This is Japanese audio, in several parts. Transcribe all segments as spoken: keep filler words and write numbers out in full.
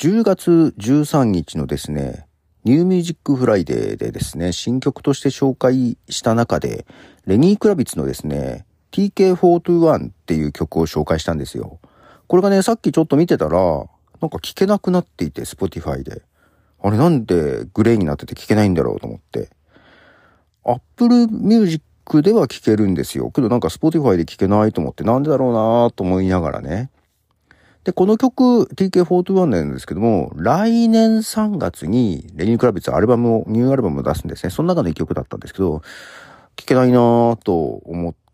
じゅうがつじゅうさんにちのですね、ニューミュージックフライデーでですね、新曲として紹介した中で、レニー・クラビッツのですね、ティーケーフォーにじゅういち っていう曲を紹介したんですよ。これがね、さっきちょっと見てたら、なんか聴けなくなっていて、Spotify で。あれなんでグレーになってて聴けないんだろうと思って。Apple Music では聴けるんですよ。けどなんか Spotify で聴けないと思って、なんでだろうなと思いながらね。で、この曲 ティーケーフォーにじゅういち なんですけども、来年さんがつにレニー・クラビッツアルバムを、ニューアルバムを出すんですね。その中の一曲だったんですけど、聴けないなぁと思って、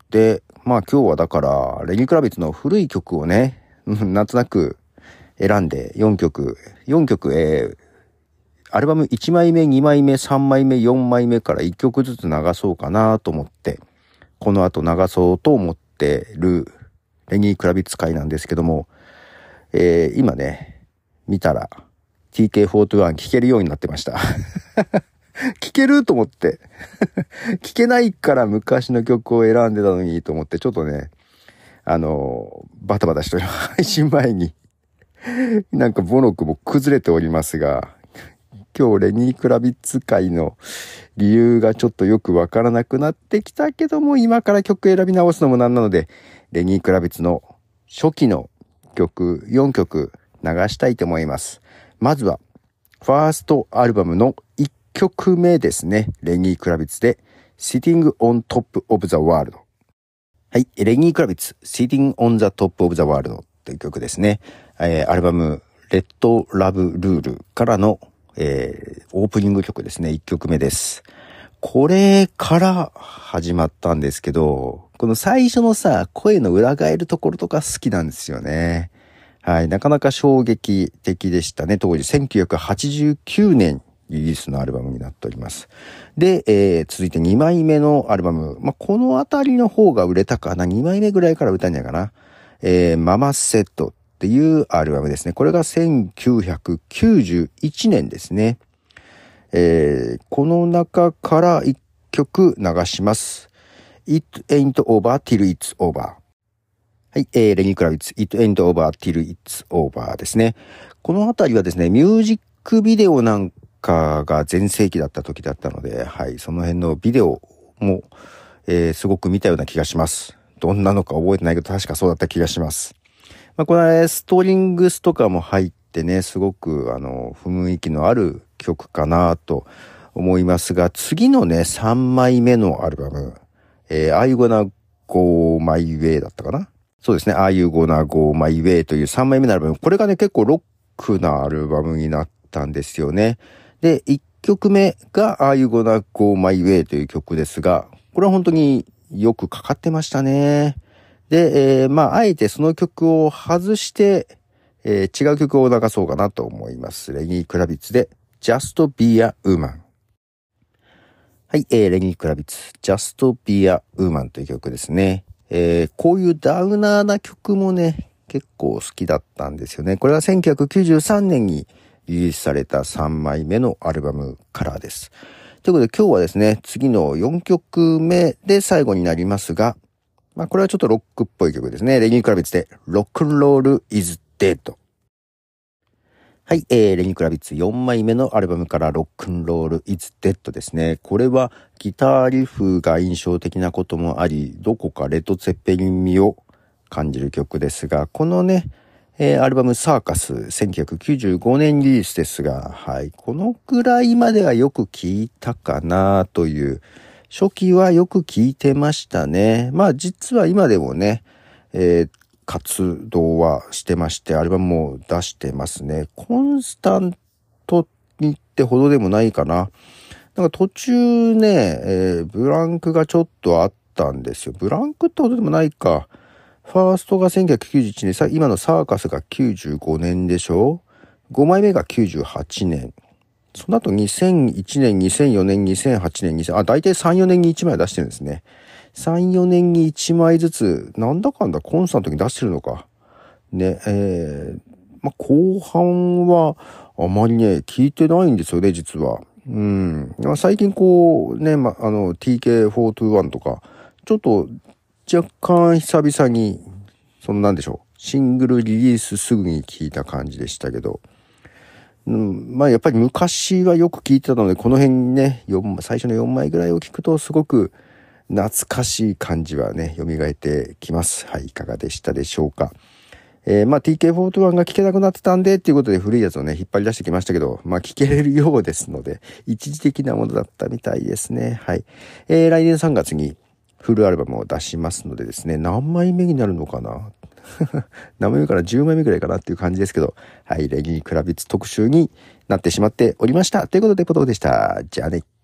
まあ今日はだからレニー・クラビッツの古い曲をね、なんとなく選んでよんきょく、よんきょく、えー、アルバムいちまいめ、にまいめ、さんまいめ、よんまいめからいっきょくずつ流そうかなと思って、この後流そうと思ってるレニー・クラビッツ回なんですけども、えー、今ね、見たら ティーケーフォーにじゅういち 聴けるようになってました。聴けると思って。聴けないから昔の曲を選んでたのにと思って、ちょっとね、あの、バタバタしております。配信前に。なんかボノクも崩れておりますが、今日レニー・クラビッツ会の理由がちょっとよくわからなくなってきたけども、今から曲選び直すのもなんなので、レニー・クラビッツの初期の曲よんきょく流したいと思います。まずはファーストアルバムのいっきょくめですね。レニー・クラビッツで Sitting on Top of the World。 はい、レニー・クラビッツ Sitting on the Top of the World という曲ですね。えー、アルバム Let Love Rule からの、えー、オープニング曲ですね。いっきょくめです。これから始まったんですけど、この最初のさ、声の裏返るところとか好きなんですよね。はい。なかなか衝撃的でしたね。当時せんきゅうひゃくはちじゅうきゅうねんリリースのアルバムになっております。で、えー、続いてにまいめのアルバム。まあ、このあたりの方が売れたかな。にまいめぐらいから売れたんじゃないかな。えー、ママセットっていうアルバムですね。これがせんきゅうひゃくきゅうじゅういちねんですね。えー、この中からいっきょく流します。It Ain't Over Till It's Over。はい、えー、レニー・クラビッツ It Ain't Over Till It's Over ですね。このあたりはですね、ミュージックビデオなんかが全盛期だった時だったので、はい、その辺のビデオも、えー、すごく見たような気がします。どんなのか覚えてないけど、確かそうだった気がします。まあ、これ、ストリングスとかも入ってね、すごく、あの、雰囲気のある曲かなと思いますが、次のね、さんまいめのアルバム、えー、Are You Gonna Go My Way だったかな？そうですね、Are You Gonna Go My Way というさんまいめのアルバム。これがね、結構ロックなアルバムになったんですよね。で、いっきょくめが Are You Gonna Go My Way という曲ですが、これは本当によくかかってましたね。で、えー、まあ、あえてその曲を外して、えー、違う曲を流そうかなと思います。レニー・クラビッツで Just Be a Woman。はい、えー、レニー・クラビッツ Just Be a Woman という曲ですね。えー、こういうダウナーな曲もね、結構好きだったんですよね。これはせんきゅうひゃくきゅうじゅうさんねんにリリースされたさんまいめのアルバムからです。ということで今日はですね、次のよんきょくめで最後になりますが、まあこれはちょっとロックっぽい曲ですね。レニー・クラビッツで Rock and Roll is Dead。はい、えー、レニー・クラビッツよんまいめのアルバムから Rock and Roll is Dead ですね。これはギターリフが印象的なこともあり、どこかレッド・ツェッペリン味を感じる曲ですが、このね、えー、アルバムサーカスせんきゅうひゃくきゅうじゅうごねんリリースですが、はい、このくらいまではよく聴いたかなという、初期はよく聴いてましたね。まあ実は今でもね、えー、活動はしてまして、アルバムも出してますね。コンスタントにってほどでもないかな。なんか途中ね、えー、ブランクがちょっとあったんですよ。ブランクってほどでもないか。ファーストがせんきゅうひゃくきゅうじゅういちねん、さ今のサーカスがきゅうじゅうごねんでしょ？ ご 枚目がきゅうじゅうはちねん。その後にせんいちねん、にせんよねん、にせんはちねん、にせん、あ、大体さん、よねんにいちまい出してるんですね。さん、よねんにいちまいずつ、なんだかんだコンスタントに出してるのか。ね、えー、まあ、後半はあまりね、聞いてないんですよね、実は。うん。まあ、最近こう、ね、まあ、あの、ティーケーフォーにじゅういち とか、ちょっと若干久々に、そのなんでしょう、シングルリリースすぐに聞いた感じでしたけど、 うん、まあやっぱり昔はよく聞いてたので、この辺ね、よん最初のよんまいぐらいを聞くとすごく懐かしい感じはね、蘇ってきます。はい、いかがでしたでしょうか。えー、まあ ティーケーフォーティーワン が聞けなくなってたんでっていうことで古いやつをね、引っ張り出してきましたけど、まあ聞けれるようですので、一時的なものだったみたいですね。はい。えー、来年さんがつにフルアルバムを出しますのでですね、何枚目になるのかな何枚目かな ?じゅう 枚目ぐらいかなっていう感じですけど、はい、レニー・クラビッツ特集になってしまっておりました。ということで、ポトフでした。じゃあね。